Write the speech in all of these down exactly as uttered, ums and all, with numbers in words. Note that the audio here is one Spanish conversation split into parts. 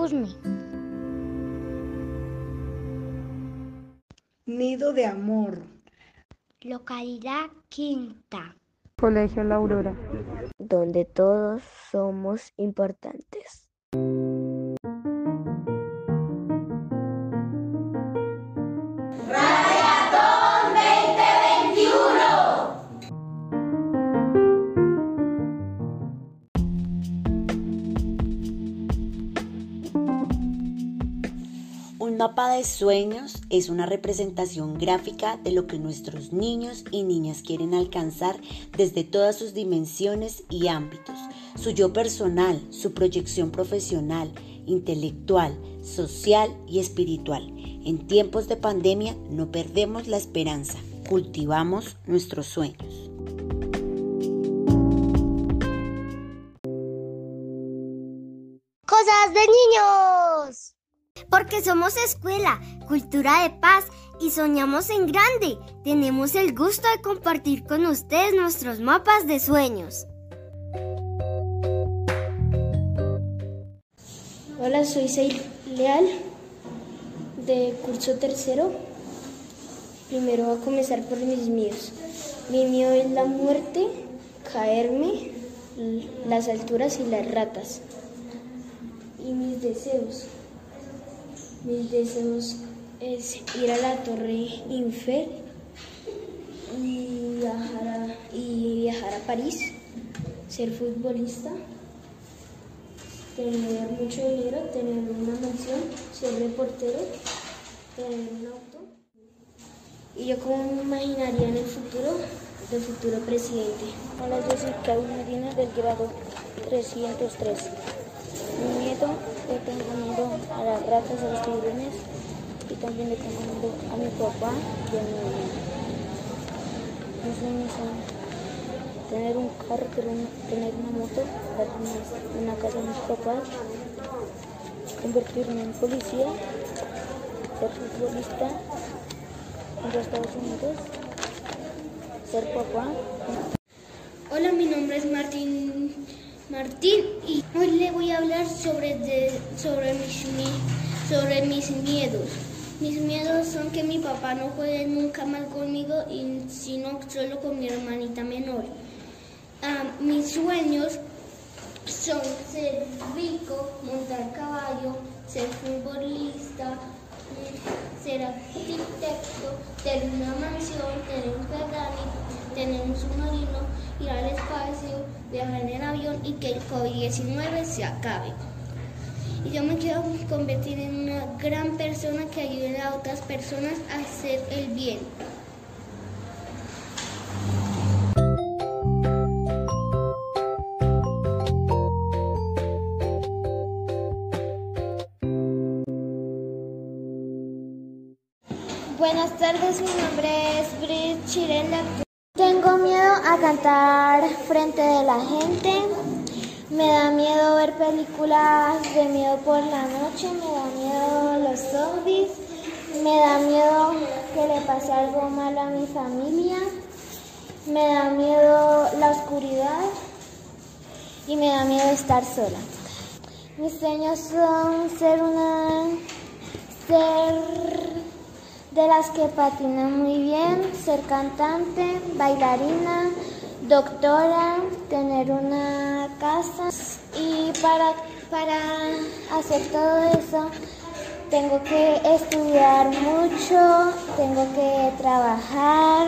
Usme. Nido de Amor. Localidad Quinta. Colegio La Aurora. Donde todos somos importantes. Radiatón veinte veintiuno. Un mapa de sueños es una representación gráfica de lo que nuestros niños y niñas quieren alcanzar desde todas sus dimensiones y ámbitos, su yo personal, su proyección profesional, intelectual, social y espiritual. En tiempos de pandemia no perdemos la esperanza, cultivamos nuestros sueños. Cosas de niños. Porque somos escuela, cultura de paz y soñamos en grande. Tenemos el gusto de compartir con ustedes nuestros mapas de sueños. Hola, soy Seil Leal, de curso tercero. Primero voy a comenzar por mis miedos. Mi miedo es la muerte, caerme, las alturas y las ratas. Y mis deseos. Mis deseos es ir a la Torre Eiffel y viajar a, y viajar a París, ser futbolista, tener mucho dinero, tener una mansión, ser reportero, tener un auto. Y yo como me imaginaría en el futuro, del futuro presidente. Hola, yo soy Claudia Medina del grado trescientos tres. Mi miedo, le tengo miedo a las ratas, a los tiburones y también le tengo miedo a mi papá y a mi mamá. Mis sueños son tener un carro, tener una moto, darle una casa a mis papás, convertirme en policía, ser futbolista en los Estados Unidos, ser papá. Hola, mi nombre es Martín Martín y hoy le voy a hablar sobre, de, sobre, mis, sobre mis miedos. Mis miedos son que mi papá no juegue nunca más conmigo, y sino solo con mi hermanita menor. Uh, mis sueños son ser rico, montar caballo, ser futbolista, ser arquitecto, tener una mansión, tener un Ferrari, tener un submarino, ir al espacio, viajar en avión y que el COVID diecinueve se acabe. Y yo me quiero convertir en una gran persona que ayude a otras personas a hacer el bien. Buenas tardes, mi nombre es Brit Chirenda. Tengo miedo a cantar frente de la gente, me da miedo ver películas de miedo por la noche, me da miedo los zombies, me da miedo que le pase algo malo a mi familia, me da miedo la oscuridad y me da miedo estar sola. Mis sueños son ser una... ser... de las que patinan muy bien, ser cantante, bailarina, doctora, tener una casa. Y para, para hacer todo eso tengo que estudiar mucho, tengo que trabajar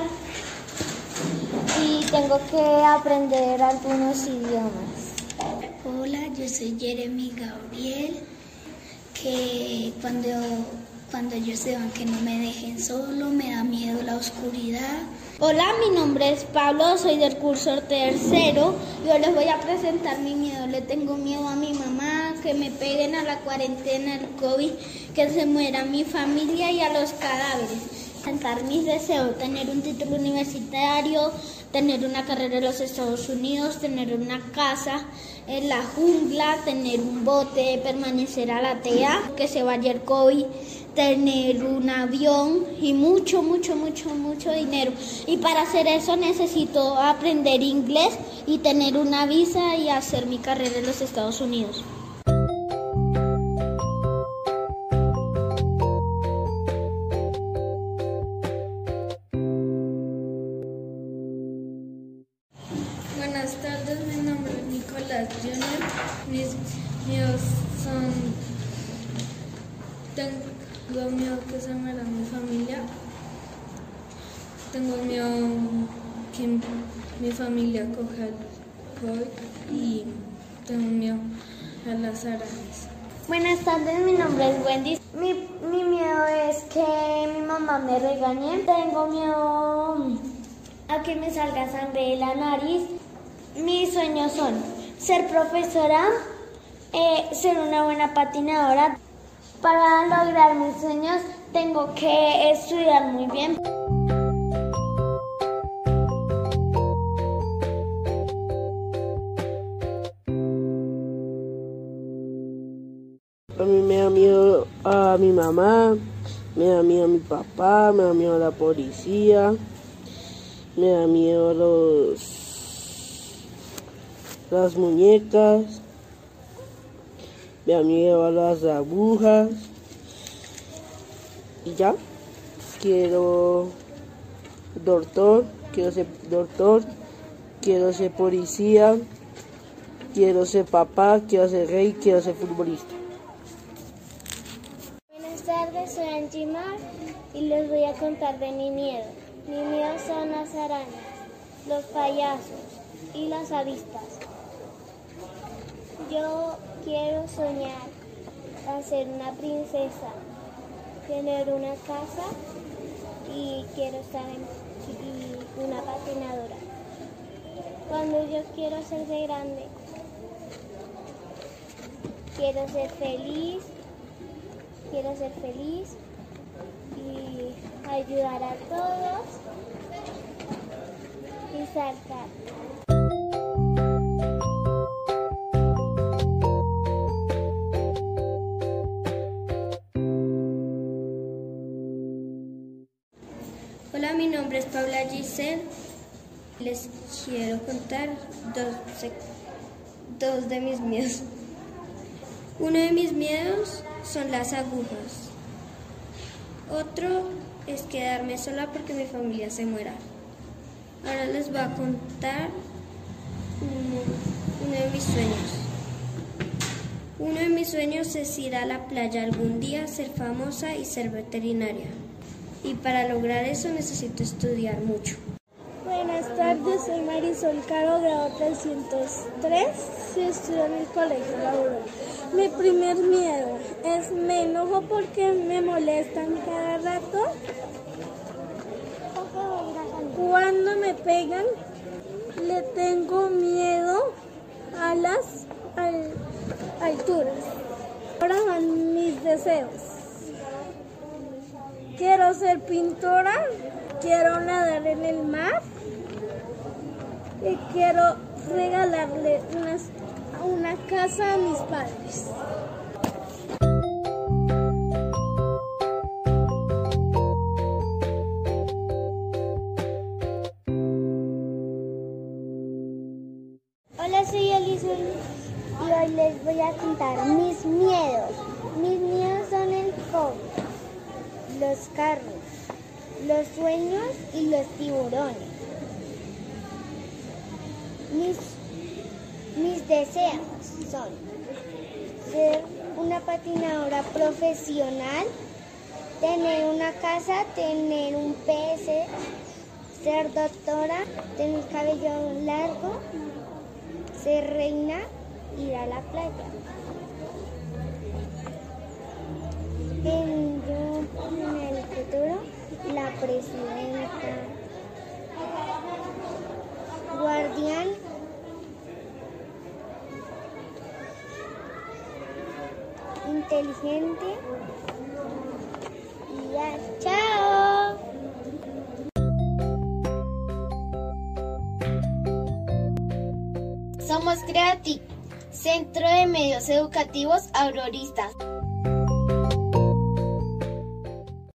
y tengo que aprender algunos idiomas. Hola, yo soy Jeremy Gabriel, que cuando... Cuando ellos se van, que no me dejen solo, me da miedo la oscuridad. Hola, mi nombre es Pablo, soy del curso tercero. Yo les voy a presentar mi miedo. Le tengo miedo a mi mamá, que me peguen a la cuarentena, el COVID, que se muera mi familia y a los cadáveres. Cantar mis deseos, tener un título universitario, tener una carrera en los Estados Unidos, tener una casa en la jungla, tener un bote, permanecer a la T E A, que se vaya el COVID, tener un avión y mucho, mucho, mucho, mucho dinero. Y para hacer eso necesito aprender inglés y tener una visa y hacer mi carrera en los Estados Unidos. tardes, mi nombre es Nicolás Junior Mis míos son... Tengo miedo que se muera mi familia. Tengo miedo que mi familia coja el COVID y tengo miedo a las arañas. Buenas tardes, mi nombre es Wendy. Mi, mi miedo es que mi mamá me regañe. Tengo miedo a que me salga sangre de la nariz. Mis sueños son ser profesora, eh, ser una buena patinadora. Para lograr mis sueños tengo que estudiar muy bien. A mí me da miedo a mi mamá, me da miedo a mi papá, me da miedo a la policía, me da miedo a los, las muñecas, me da miedo a las agujas. Y ya, quiero doctor, quiero ser doctor, quiero ser policía, quiero ser papá, quiero ser rey, quiero ser futbolista. Buenas tardes, soy Angie-Mar y les voy a contar de mi miedo. Mi miedo son las arañas, los payasos y las avispas. Yo quiero soñar a ser una princesa, tener una casa y quiero estar en y una patinadora. Cuando yo quiero ser de grande, quiero ser feliz, quiero ser feliz y ayudar a todos y saltar. Hola, mi nombre es Paula Giselle. Les quiero contar dos, dos de mis miedos. Uno de mis miedos son las agujas. Otro es quedarme sola porque mi familia se muera. Ahora les voy a contar uno, uno de mis sueños. Uno de mis sueños es ir a la playa algún día, ser famosa y ser veterinaria. Y para lograr eso necesito estudiar mucho. Buenas tardes, soy Marisol Caro, grado trescientos tres, y estudio en el Colegio La Aurora. Mi primer miedo es me enojo porque me molestan cada rato. Cuando me pegan, le tengo miedo a las al, alturas. Ahora van mis deseos. Quiero ser pintora, quiero nadar en el mar y quiero regalarle una, una casa a mis padres. Hola, soy Elisa y hoy les voy a contar mis miedos. Mis miedos son el COVID, los carros, los sueños y los tiburones. Mis, mis deseos son ser una patinadora profesional, tener una casa, tener un P S, ser doctora, tener cabello largo, ser reina, ir a la playa. En, yo, en el futuro, la presidenta, guardián, inteligente y ya. ¡Chao! Somos Creative, Centro de Medios Educativos Auroristas.